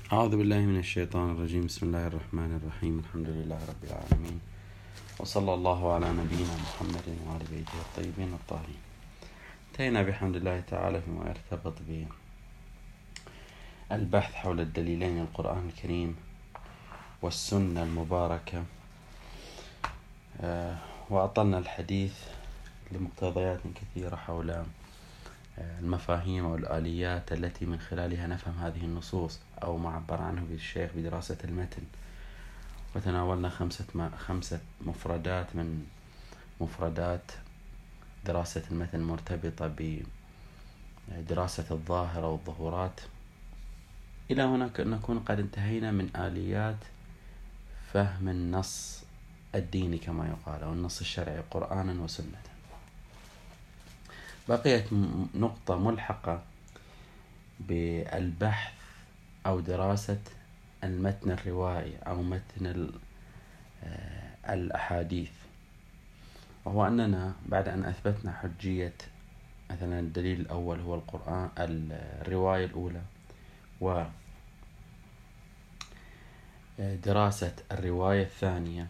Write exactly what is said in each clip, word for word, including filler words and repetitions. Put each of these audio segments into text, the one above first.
أعوذ بالله من الشيطان الرجيم. بسم الله الرحمن الرحيم. الحمد لله رب العالمين، وصلى الله على نبينا محمد وعلى بيته الطيبين الطاهرين. انتهينا بحمد الله تعالى فيما يرتبط بالبحث حول الدليلين القرآن الكريم والسنة المباركة، وأطلنا الحديث لمقتضيات كثيرة حول المفاهيم والآليات التي من خلالها نفهم هذه النصوص، أو ما عبر عنه بالشيخ بدراسة المتن. وتناولنا خمسة, ما خمسة مفردات من مفردات دراسة المتن مرتبطة بدراسة الظاهرة والظهورات. إلى هنا نكون قد انتهينا من آليات فهم النص الديني كما يقال، أو النص الشرعي قرآنا وسنة. بقيت نقطة ملحقة بالبحث أو دراسة المتن الروائي أو متن الأحاديث، وهو أننا بعد أن أثبتنا حجية مثلا الدليل الأول هو القرآن الرواية الأولى، ودراسة الرواية الثانية،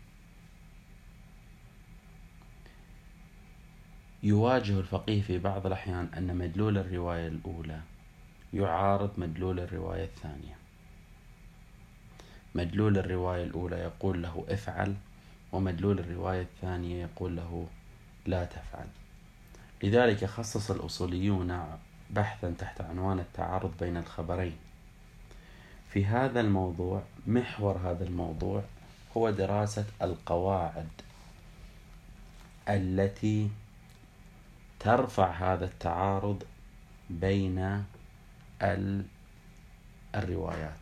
يواجه الفقيه في بعض الأحيان أن مدلول الرواية الأولى يعارض مدلول الرواية الثانية. مدلول الرواية الأولى يقول له افعل، ومدلول الرواية الثانية يقول له لا تفعل. لذلك خصص الأصوليون بحثا تحت عنوان التعارض بين الخبرين. في هذا الموضوع، محور هذا الموضوع هو دراسة القواعد التي ترفع هذا التعارض بين الروايات،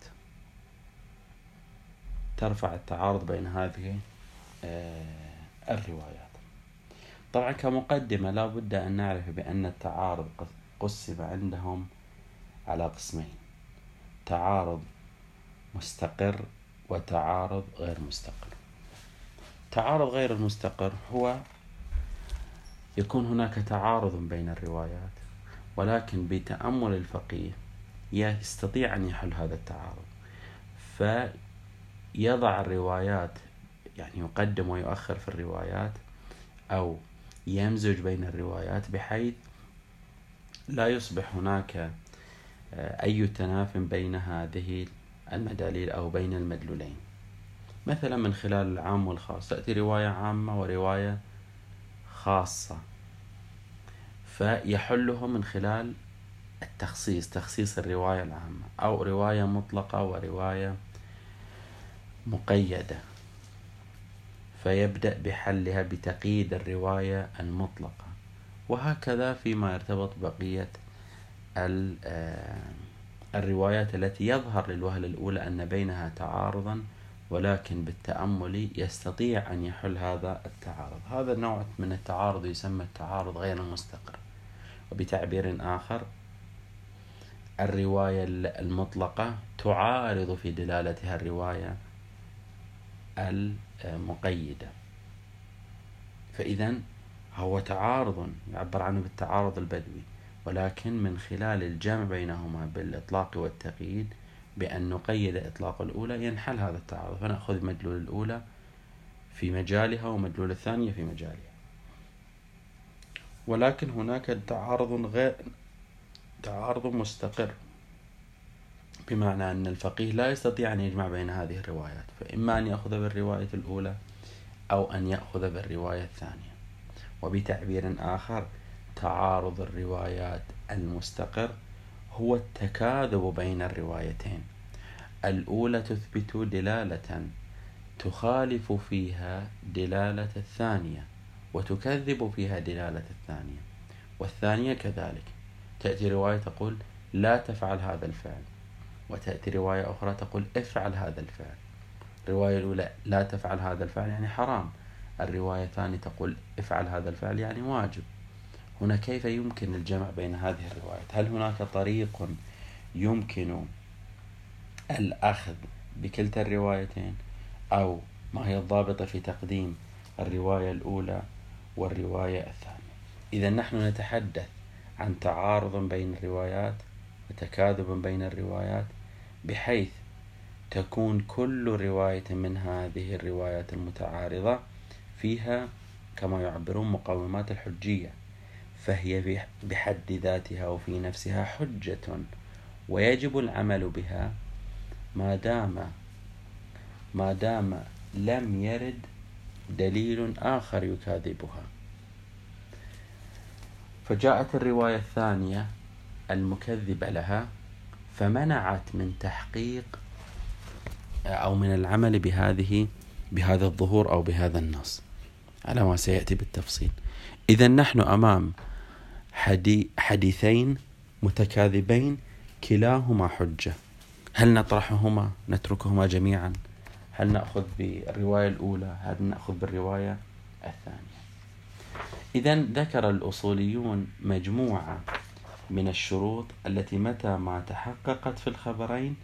ترفع التعارض بين هذه الروايات. طبعا كمقدمة لا بد أن نعرف بأن التعارض قسم عندهم على قسمين: تعارض مستقر وتعارض غير مستقر. تعارض غير المستقر هو يكون هناك تعارض بين الروايات، ولكن بتأمل الفقيه يستطيع أن يحل هذا التعارض، فيضع الروايات، يعني يقدم ويؤخر في الروايات، أو يمزج بين الروايات بحيث لا يصبح هناك أي تناف بين هذه المداليل أو بين المدلولين. مثلا من خلال العام والخاص، تأتي رواية عامة ورواية خاصة، فيحلهم من خلال التخصيص، تخصيص الرواية العامة، أو رواية مطلقة ورواية مقيدة، فيبدأ بحلها بتقييد الرواية المطلقة، وهكذا فيما يرتبط بقية الروايات التي يظهر للوهلة الأولى أن بينها تعارضا، ولكن بالتأمل يستطيع أن يحل هذا التعارض. هذا النوع من التعارض يسمى التعارض غير المستقر. وبتعبير آخر، الرواية المطلقة تعارض في دلالتها الرواية المقيدة، فإذن هو تعارض يعبر عنه بالتعارض البدوي، ولكن من خلال الجمع بينهما بالإطلاق والتقييد بأن نقيد إطلاق الأولى ينحل هذا التعارض، فنأخذ مدلول الأولى في مجالها ومدلول الثانية في مجالها. ولكن هناك تعارض غير تعارض مستقر، بمعنى أن الفقيه لا يستطيع أن يجمع بين هذه الروايات، فإما أن يأخذ بالرواية الأولى أو أن يأخذ بالرواية الثانية. وبتعبير آخر، تعارض الروايات المستقر هو التكاذب بين الروايتين. الأولى تثبت دلالة تخالف فيها دلالة الثانية، وتكذب فيها دلالة الثانية، والثانية كذلك. تأتي رواية تقول لا تفعل هذا الفعل، وتأتي رواية أخرى تقول افعل هذا الفعل. الرواية الأولى لا تفعل هذا الفعل يعني حرام، الرواية الثانية تقول افعل هذا الفعل يعني واجب. هنا كيف يمكن الجمع بين هذه الروايات؟ هل هناك طريق يمكن الأخذ بكلتا الروايتين، أو ما هي الضابطة في تقديم الرواية الأولى والرواية الثانية؟ إذا نحن نتحدث عن تعارض بين الروايات وتكاذب بين الروايات بحيث تكون كل رواية من هذه الروايات المتعارضة فيها كما يعبرون مقومات الحجية، فهي بحد ذاتها وفي نفسها حجة، ويجب العمل بها ما دام ما دام لم يرد دليل آخر يكاذبها. فجاءت الرواية الثانية المكذبة لها فمنعت من تحقيق أو من العمل بهذه بهذا الظهور أو بهذا النص على ما سيأتي بالتفصيل. إذن نحن أمام حدي حديثين متكاذبين كلاهما حجة، هل نطرحهما نتركهما جميعا؟ هل نأخذ بالرواية الأولى؟ هل نأخذ بالرواية الثانية؟ إذن ذكر الأصوليون مجموعة من الشروط التي متى ما تحققت في الخبرين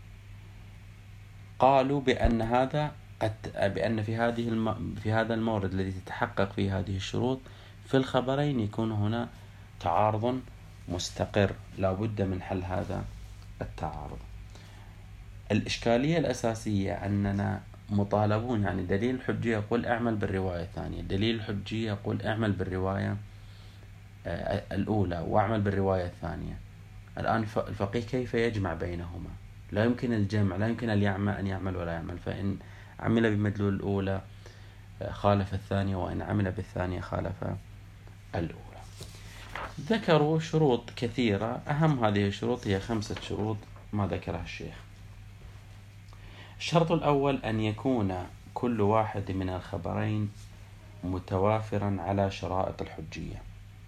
قالوا بأن هذا قد بأن في هذه الم... في هذا المورد الذي تتحقق فيه هذه الشروط في الخبرين يكون هنا تعارض مستقر، لا بد من حل هذا التعارض. الإشكالية الأساسية أننا مطالبون، يعني دليل الحجية يقول اعمل بالرواية الثانية، دليل الحجية يقول اعمل بالرواية الأولى واعمل بالرواية الثانية. الآن الفقيه كيف يجمع بينهما؟ لا يمكن الجمع، لا يمكن أن يعمل, أن يعمل ولا يعمل، فإن عمل بمدلول الأولى خالف الثانية، وإن عمل بالثانية خالف الأولى. ذكروا شروط كثيرة، أهم هذه الشروط هي خمسة شروط ما ذكرها الشيخ. الشرط الأول أن يكون كل واحد من الخبرين متوافرا على شرائط الحجية،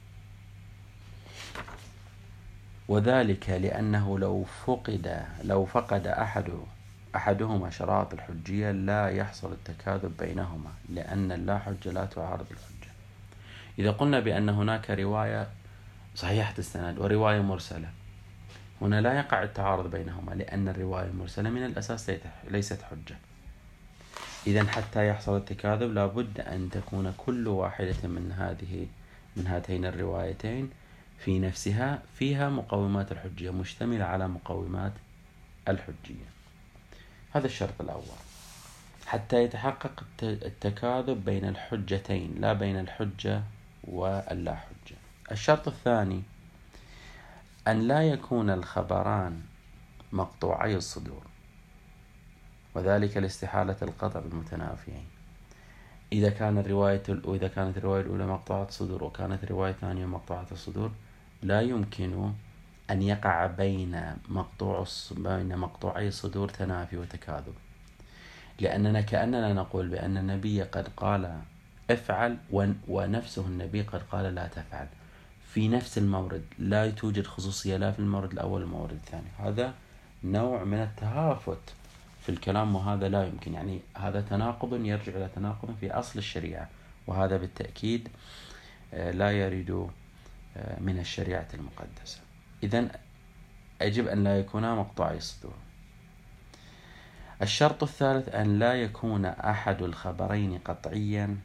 وذلك لأنه لو فقد لو فقد أحد أحدهما شرائط الحجية لا يحصل التكاذب بينهما، لأن اللا حجة لا تعارض الحجة. إذا قلنا بأن هناك رواية صحيحة السند ورواية مرسلة، هنا لا يقع التعارض بينهما، لأن الرواية المرسلة من الأساس ليست حجة. إذن حتى يحصل التكاذب لابد أن تكون كل واحدة من هذه من هاتين الروايتين في نفسها فيها مقومات الحجية، مشتملة على مقومات الحجية. هذا الشرط الأول حتى يتحقق التكاذب بين الحجتين، لا بين الحجة واللا حجة. الشرط الثاني أن لا يكون الخبران مقطوعي الصدور، وذلك لاستحالة القطع بالمتنافيين. إذا كان الرواية إذا كانت الرواية الأولى مقطوعة الصدور وكانت الرواية الثانية مقطوعة الصدور، لا يمكن أن يقع بين مقطوع بين مقطوعي الصدور تنافي وتكاذب، لأننا كأننا نقول بأن النبي قد قال افعل ونفسه النبي قد قال لا تفعل في نفس المورد، لا توجد خصوصية لا في المورد الأول والمورد الثاني. هذا نوع من التهافت في الكلام، وهذا لا يمكن، يعني هذا تناقض يرجع إلى تناقض في أصل الشريعة، وهذا بالتأكيد لا يريد من الشريعة المقدسة. إذن يجب أن لا يكون مقطوعي الصدور. الشرط الثالث أن لا يكون أحد الخبرين قطعيا،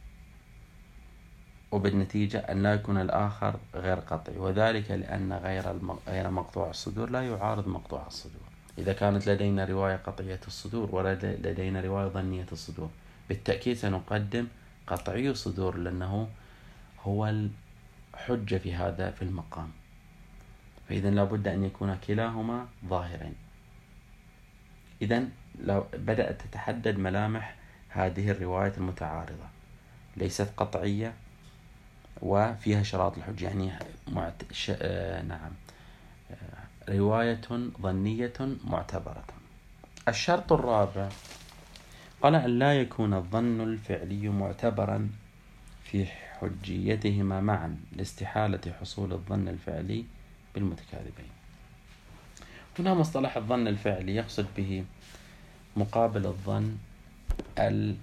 وبالنتيجة أن لا يكون الآخر غير قطعي، وذلك لأن غير غير مقطوع الصدور لا يعارض مقطوع الصدور. إذا كانت لدينا رواية قطعية الصدور ولدينا رواية ظنية الصدور، بالتأكيد سنقدم قطعي الصدور، لأنه هو الحجة في هذا في المقام. فإذا لابد أن يكون كلاهما ظاهرين. إذن لو بدأت تتحدد ملامح هذه الرواية المتعارضة، ليست قطعية وفيها شرائط الحجة، يعني معت... ش... آه نعم آه رواية ظنية معتبرة. الشرط الرابع قال أن لا يكون الظن الفعلي معتبرا في حجيتهما معا لاستحالة حصول الظن الفعلي بالمتكاذبين. هنا مصطلح الظن الفعلي يقصد به مقابل الظن ال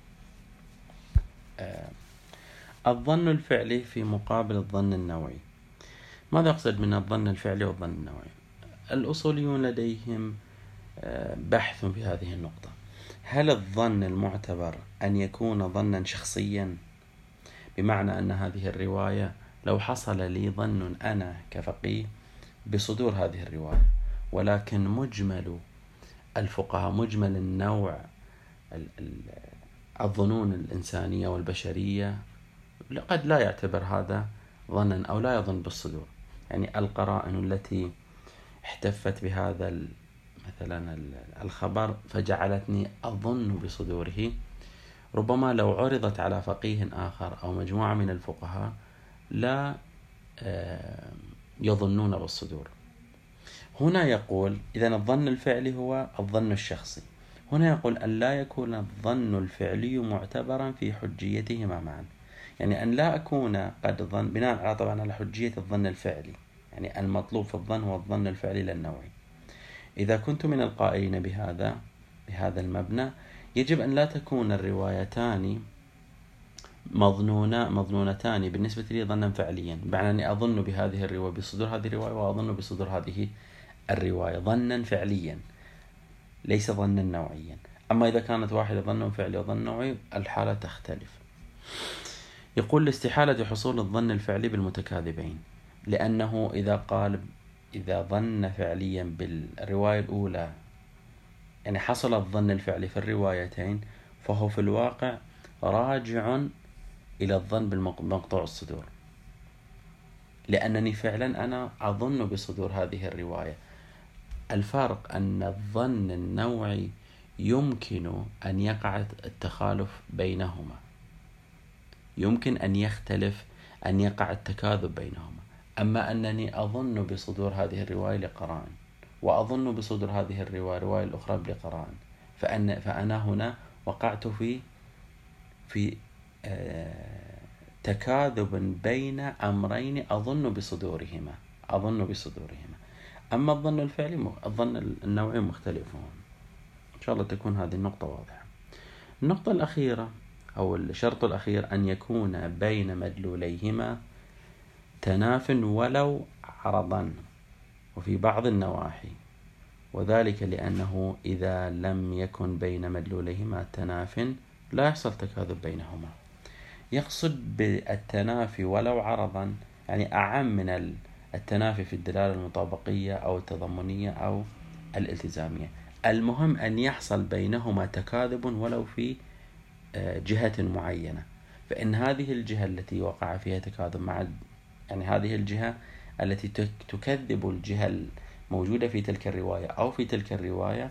آه الظن الفعلي في مقابل الظن النوعي. ماذا يقصد من الظن الفعلي والظن النوعي؟ الأصوليون لديهم بحث في هذه النقطة. هل الظن المعتبر أن يكون ظنا شخصيا، بمعنى أن هذه الرواية لو حصل لي ظن أنا كفقيه بصدور هذه الرواية، ولكن مجمل الفقهاء مجمل النوع الظنون الإنسانية والبشرية قد لا يعتبر هذا ظنا أو لا يظن بالصدور. يعني القرائن التي احتفت بهذا مثلا الخبر فجعلتني أظن بصدوره، ربما لو عرضت على فقيه آخر أو مجموعة من الفقهاء لا يظنون بالصدور. هنا يقول إذن الظن الفعلي هو الظن الشخصي. هنا يقول أن لا يكون الظن الفعلي معتبرا في حجيتهما معا، يعني أن لا أكون قد ظن بناء على طبعا على حجية الظن الفعلي، يعني المطلوب في الظن هو الظن الفعلي للنوعي. إذا كنت من القائلين بهذا بهذا المبنى يجب أن لا تكون الروايتان مظنونة مظنونتان بالنسبة لي ظنا فعليا، بمعنى أني أظن بهذه الرواية بصدور هذه الرواية وأظن بصدور هذه الرواية ظنا فعليا ليس ظنا نوعيا. أما إذا كانت واحدة ظن فعلي وظن نوعي الحالة تختلف. يقول لاستحالة حصول الظن الفعلي بالمتكاذبين، لأنه إذا قال إذا ظن فعليا بالرواية الأولى يعني حصل الظن الفعلي في الروايتين، فهو في الواقع راجع إلى الظن بمقطوع الصدور، لأنني فعلا أنا أظن بصدور هذه الرواية. الفرق أن الظن النوعي يمكن أن يقع التخالف بينهما، يمكن أن يختلف أن يقع التكاذب بينهما. أما أنني أظن بصدور هذه الرواية لقرائن وأظن بصدور هذه الرواية الرواية الأخرى لقرائن، فأنا, فأنا هنا وقعت في في آه تكاذب بين أمرين أظن بصدورهما أظن بصدورهما. أما الظن الفعلي الظن النوعي مختلف. إن شاء الله تكون هذه النقطة واضحة. النقطة الأخيرة أو الشرط الأخير أن يكون بين مدلوليهما تناف ولو عرضا وفي بعض النواحي، وذلك لأنه إذا لم يكن بين مدلوليهما تناف لا يحصل تكاذب بينهما. يقصد بالتنافي ولو عرضا يعني أعم من التنافي في الدلالة المطابقية أو التضمنية أو الالتزامية. المهم أن يحصل بينهما تكاذب ولو في جهة معينة، فإن هذه الجهة التي وقع فيها تكاذب مع يعني هذه الجهة التي تكذب الجهة الموجودة في تلك الرواية أو في تلك الرواية،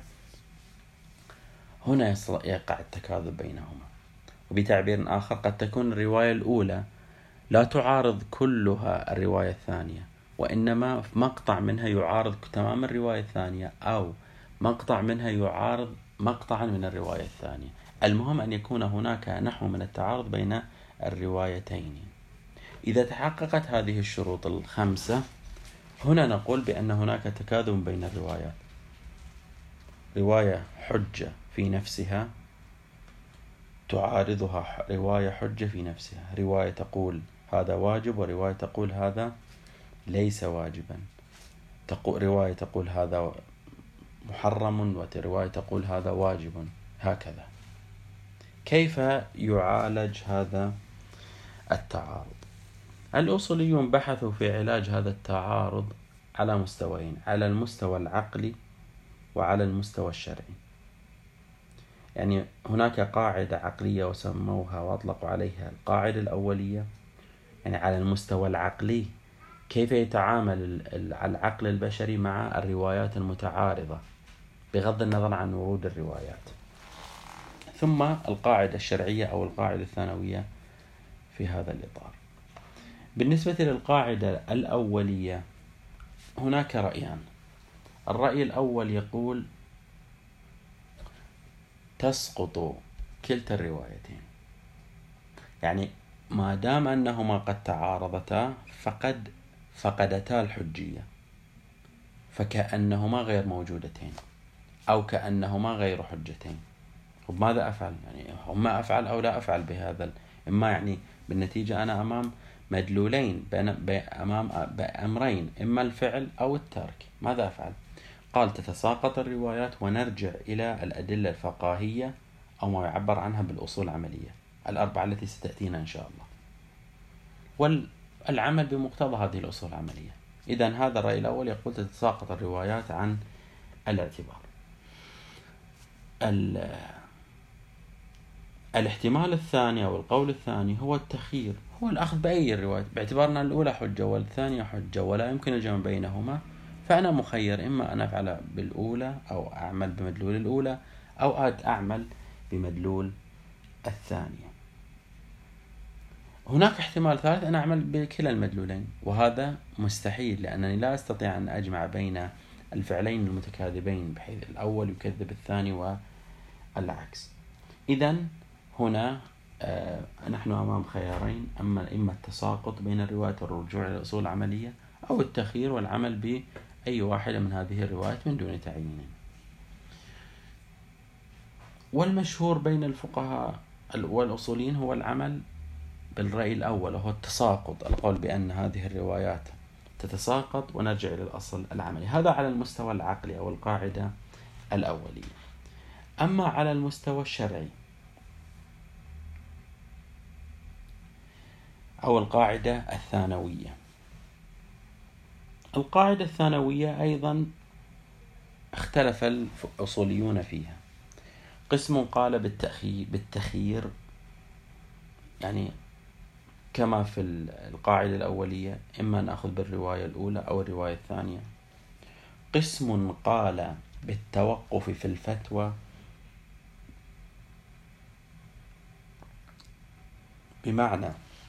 هنا يقع التكاذب بينهما. وبتعبير آخر قد تكون الرواية الأولى لا تعارض كلها الرواية الثانية، وإنما مقطع منها يعارض تمام الرواية الثانية أو مقطع منها يعارض مقطعا من الرواية الثانية. المهم أن يكون هناك نحو من التعارض بين الروايتين. إذا تحققت هذه الشروط الخمسة هنا نقول بأن هناك تكاذب بين الروايات. رواية حجة في نفسها تعارضها رواية حجة في نفسها، رواية تقول هذا واجب ورواية تقول هذا ليس واجبا، تقول رواية تقول هذا محرم ورواية تقول هذا واجب، هكذا. كيف يعالج هذا التعارض؟ الأصوليون بحثوا في علاج هذا التعارض على مستويين، على المستوى العقلي وعلى المستوى الشرعي. يعني هناك قاعدة عقلية وسموها وأطلقوا عليها القاعدة الأولية، يعني على المستوى العقلي كيف يتعامل العقل البشري مع الروايات المتعارضة بغض النظر عن ورود الروايات. ثم القاعدة الشرعية أو القاعدة الثانوية في هذا الإطار. بالنسبة للقاعدة الأولية هناك رأيان. الرأي الأول يقول تسقط كلتا الروايتين، يعني ما دام أنهما قد تعارضتا فقد فقدتا الحجية، فكأنهما غير موجودتين أو كأنهما غير حجتين. وبماذا أفعل؟ يعني ما أفعل أو لا أفعل بهذا؟ إما يعني بالنتيجة أنا أمام مدلولين أمام بأمرين، إما الفعل أو الترك، ماذا أفعل؟ قال تتساقط الروايات ونرجع إلى الأدلة الفقهية أو ما يعبر عنها بالأصول العملية الأربعة التي ستأتينا إن شاء الله، والعمل بمقتضى هذه الأصول العملية. إذن هذا الرأي الأول يقول تتساقط الروايات عن الاعتبار. الاحتمال الثاني أو القول الثاني هو التخيير، هو الأخذ بأي الرواية، باعتبارنا الأولى حجة والثانية حجة ولا يمكن الجمع بينهما، فأنا مخير إما أن أفعل بالأولى أو أعمل بمدلول الأولى أو أعمل بمدلول الثانية. هناك احتمال ثالث أن أعمل بكلا المدلولين، وهذا مستحيل لأنني لا أستطيع أن أجمع بين الفعلين المتكاذبين بحيث الأول يكذب الثاني والعكس. إذن هنا آه نحن أمام خيارين، أما إما التساقط بين الروايات والرجوع إلى الأصول العملية، أو التخيير والعمل بأي واحدة من هذه الروايات من دون تعيين. والمشهور بين الفقهاء والأصوليين هو العمل بالرأي الأول، وهو التساقط، القول بأن هذه الروايات تتساقط ونرجع إلى الأصل العملي. هذا على المستوى العقلي أو القاعدة الأولية. أما على المستوى الشرعي أو القاعدة الثانوية، القاعدة الثانوية أيضا اختلف الأصوليون فيها. قسم قال بالتخيير، يعني كما في القاعدة الأولية، إما أن أخذ بالرواية الأولى أو الرواية الثانية. قسم قال بالتوقف في الفتوى، بمعنى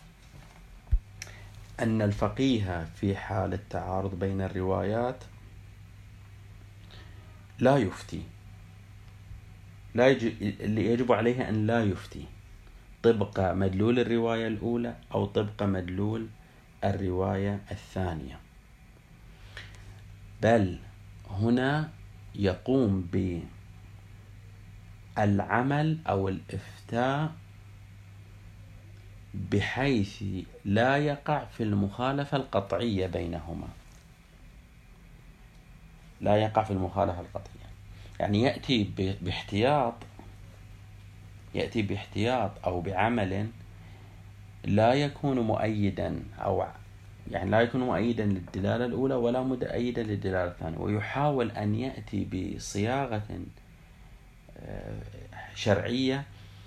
أن الفقيه في حال التعارض بين الروايات لا يفتي، لا يجب اللي يجب عليه أن لا يفتي طبق مدلول الرواية الأولى أو طبق مدلول الرواية الثانية، بل هنا يقوم بالعمل أو الإفتاء بحيث لا يقع في المخالفة القطعية بينهما، لا يقع في المخالفة القطعية، يعني يأتي باحتياط يأتي باحتياط أو بعمل لا يكون مؤيدا، أو يعني لا يكون مؤيدا للدلالة الأولى ولا مؤيدا للدلالة الثانية، ويحاول أن يأتي بصياغة شرعية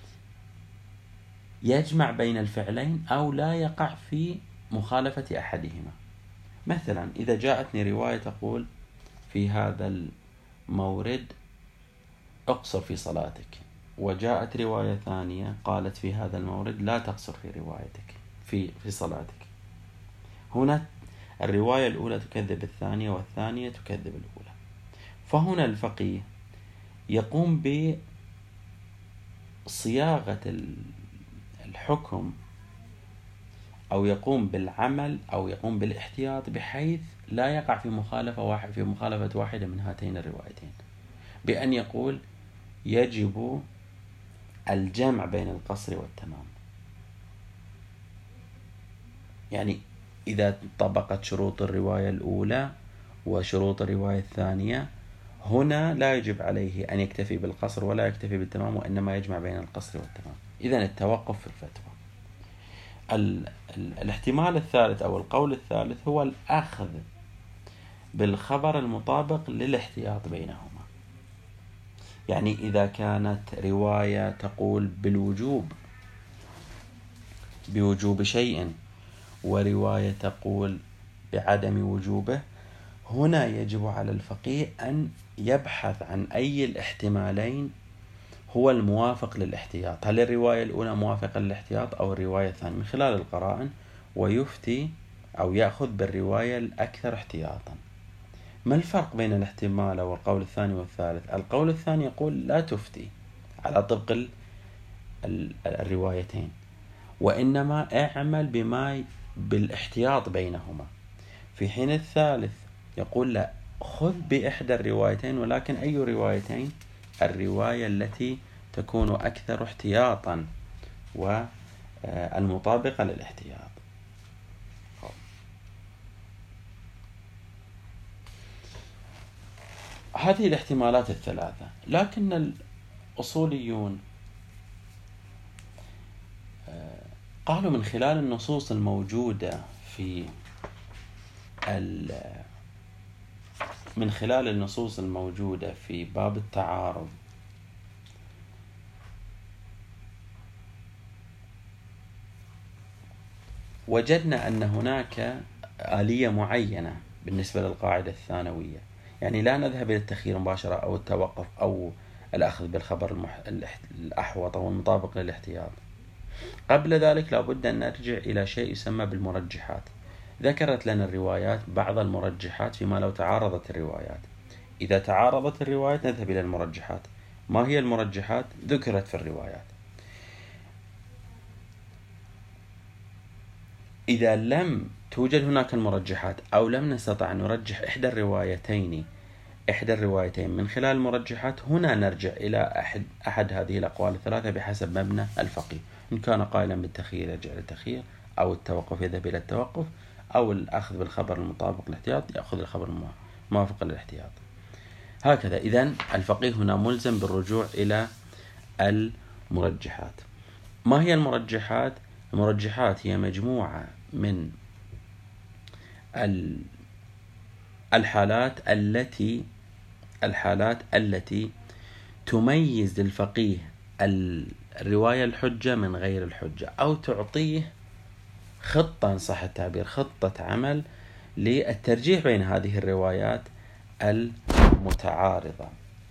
يجمع بين الفعلين أو لا يقع في مخالفة أحدهما. مثلا إذا جاءتني رواية تقول في هذا المورد اقصر في صلاتك، وجاءت رواية ثانية قالت في هذا المورد لا تقصر في روايتك في في صلاتك، هنا الرواية الأولى تكذب الثانية والثانية تكذب الأولى. فهنا الفقيه يقوم بصياغة الحكم أو يقوم بالعمل أو يقوم بالاحتياط بحيث لا يقع في مخالفة واحد في مخالفة واحدة من هاتين الروايتين، بأن يقول يجب الجمع بين القصر والتمام. يعني إذا طبقت شروط الرواية الأولى وشروط الرواية الثانية، هنا لا يجب عليه أن يكتفي بالقصر ولا يكتفي بالتمام، وإنما يجمع بين القصر والتمام. إذن التوقف في الفتوى. ال ال الاحتمال الثالث أو القول الثالث هو الأخذ بالخبر المطابق للاحتياط بينهما. يعني إذا كانت رواية تقول بالوجوب بوجوب شيء ورواية تقول بعدم وجوبه، هنا يجب على الفقيه أن يبحث عن أي الاحتمالين هو الموافق للاحتياط، هل الرواية الأولى موافقة للاحتياط أو الرواية الثانية، من خلال القرائن، ويفتي أو يأخذ بالرواية الأكثر احتياطا. ما الفرق بين الاحتمال والقول الثاني والثالث؟ القول الثاني يقول لا تفتي على طبق الروايتين، وإنما اعمل بما بالاحتياط بينهما، في حين الثالث يقول لا، خذ بإحدى الروايتين، ولكن أي روايتين؟ الرواية التي تكون أكثر احتياطا والمطابقة للاحتياط. هذه الاحتمالات الثلاثة، لكن الأصوليون قالوا من خلال النصوص الموجودة في من خلال النصوص الموجودة في باب التعارض وجدنا أن هناك آلية معينة بالنسبة للقاعدة الثانوية، يعني لا نذهب إلى التخيير مباشرة أو التوقف أو الأخذ بالخبر المح... الأحوط أو المطابق للاحتياط. قبل ذلك لابد أن نرجع إلى شيء يسمى بالمرجحات. ذكرت لنا الروايات بعض المرجحات فيما لو تعارضت الروايات. إذا تعارضت الروايات نذهب إلى المرجحات. ما هي المرجحات؟ ذكرت في الروايات. إذا لم توجد هناك المرجحات أو لم نستطع أن نرجح إحدى الروايتين إحدى الروايتين من خلال المرجحات، هنا نرجع إلى أحد أحد هذه الأقوال الثلاثة بحسب مبنى الفقيه. إن كان قائلا بالتخيير يرجع إلى التخيير، أو التوقف يذهب إلى التوقف، أو الأخذ بالخبر المطابق للاحتياط يأخذ الخبر الموافق للاحتياط. هكذا. إذن الفقيه هنا ملزم بالرجوع إلى المرجحات. ما هي المرجحات؟ المرجحات هي مجموعة من الحالات التي الحالات التي تميز للفقيه الرواية الحجة من غير الحجة، أو تعطيه خطة، إن صح التعبير، خطة عمل للترجيح بين هذه الروايات المتعارضة.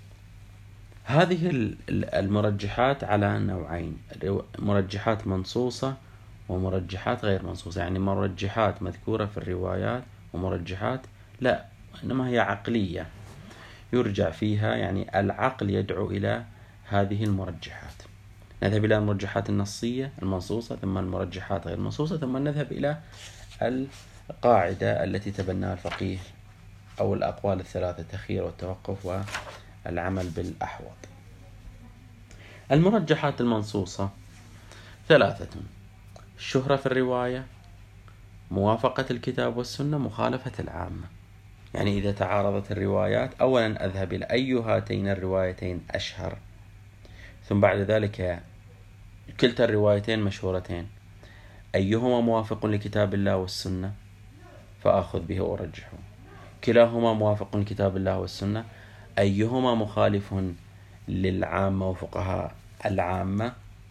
هذه المرجحات على نوعين: مرجحات منصوصة ومرجحات غير منصوصة. يعني مرجحات مذكورة في الروايات ومرجحات لا، إنما هي عقلية يرجع فيها، يعني العقل يدعو إلى هذه المرجحات. نذهب إلى المرجحات النصية المنصوصة، ثم المرجحات غير المنصوصة، ثم نذهب إلى القاعدة التي تبناها الفقيه أو الأقوال الثلاثة: التخيير والتوقف والعمل بالأحوط. المرجحات المنصوصة ثلاثة: الشهرة في الرواية، موافقة الكتاب والسنة، مخالفة العامة. يعني إذا تعارضت الروايات، أولا أذهب إلى أي هاتين الروايتين أشهر، ثم بعد ذلك كلتا الروايتين مشهورتين، أيهما موافق لكتاب الله والسنة فأخذ به وأرجحه، كلاهما موافق لكتاب الله والسنة، أيهما مخالف للعامة وفقهاء العامة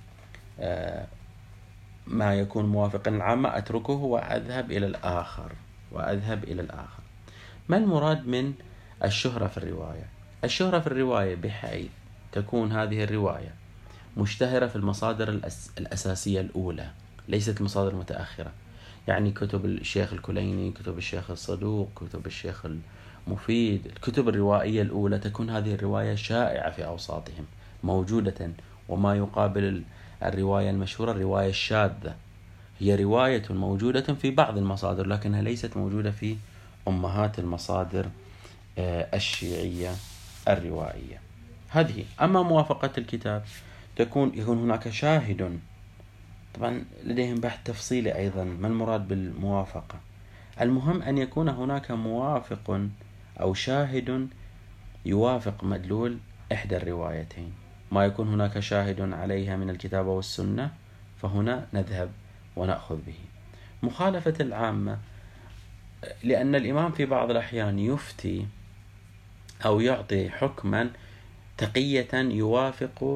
ما يكون موافقا للعامة أتركه وأذهب إلى الآخر وأذهب إلى الآخر. ما المراد من الشهرة في الرواية؟ الشهرة في الرواية بحيث تكون هذه الرواية مشتهرة في المصادر الأس... الأساسية الأولى، ليست المصادر المتأخرة. يعني كتب الشيخ الكليني، كتب الشيخ الصدوق، كتب الشيخ المفيد، الكتب الروائية الأولى، تكون هذه الرواية شائعة في أوساطهم موجودة. وما يقابل الرواية المشهورة الرواية الشاذة، هي رواية موجودة في بعض المصادر لكنها ليست موجودة في أمهات المصادر الشيعية الروائية هذه. أما موافقة الكتاب تكون يكون هناك شاهد، طبعا لديهم بحث تفصيلي أيضا ما المراد بالموافقة. المهم أن يكون هناك موافق أو شاهد يوافق مدلول إحدى الروايتين. ما يكون هناك شاهد عليها من الكتاب والسنة فهنا نذهب ونأخذ به. مخالفة العامة، لأن الإمام في بعض الأحيان يفتي أو يعطي حكما تقية يوافق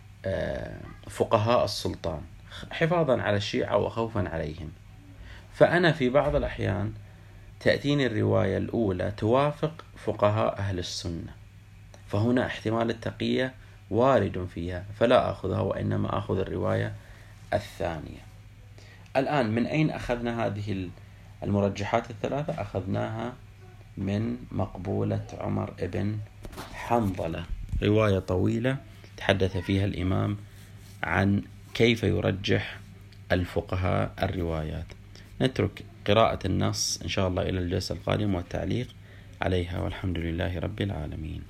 فقهاء السلطان حفاظا على الشيعة وخوفا عليهم، فأنا في بعض الأحيان تأتيني الرواية الأولى توافق فقهاء أهل السنة، فهنا احتمال التقية وارد فيها فلا أخذها وإنما أخذ الرواية الثانية. الآن من أين أخذنا هذه المرجحات الثلاثة؟ أخذناها من مقبولة عمر ابن حنظلة، رواية طويلة تحدث فيها الإمام عن كيف يرجح الفقهاء الروايات. نترك قراءة النص إن شاء الله إلى الجلسة القادمة والتعليق عليها، والحمد لله رب العالمين.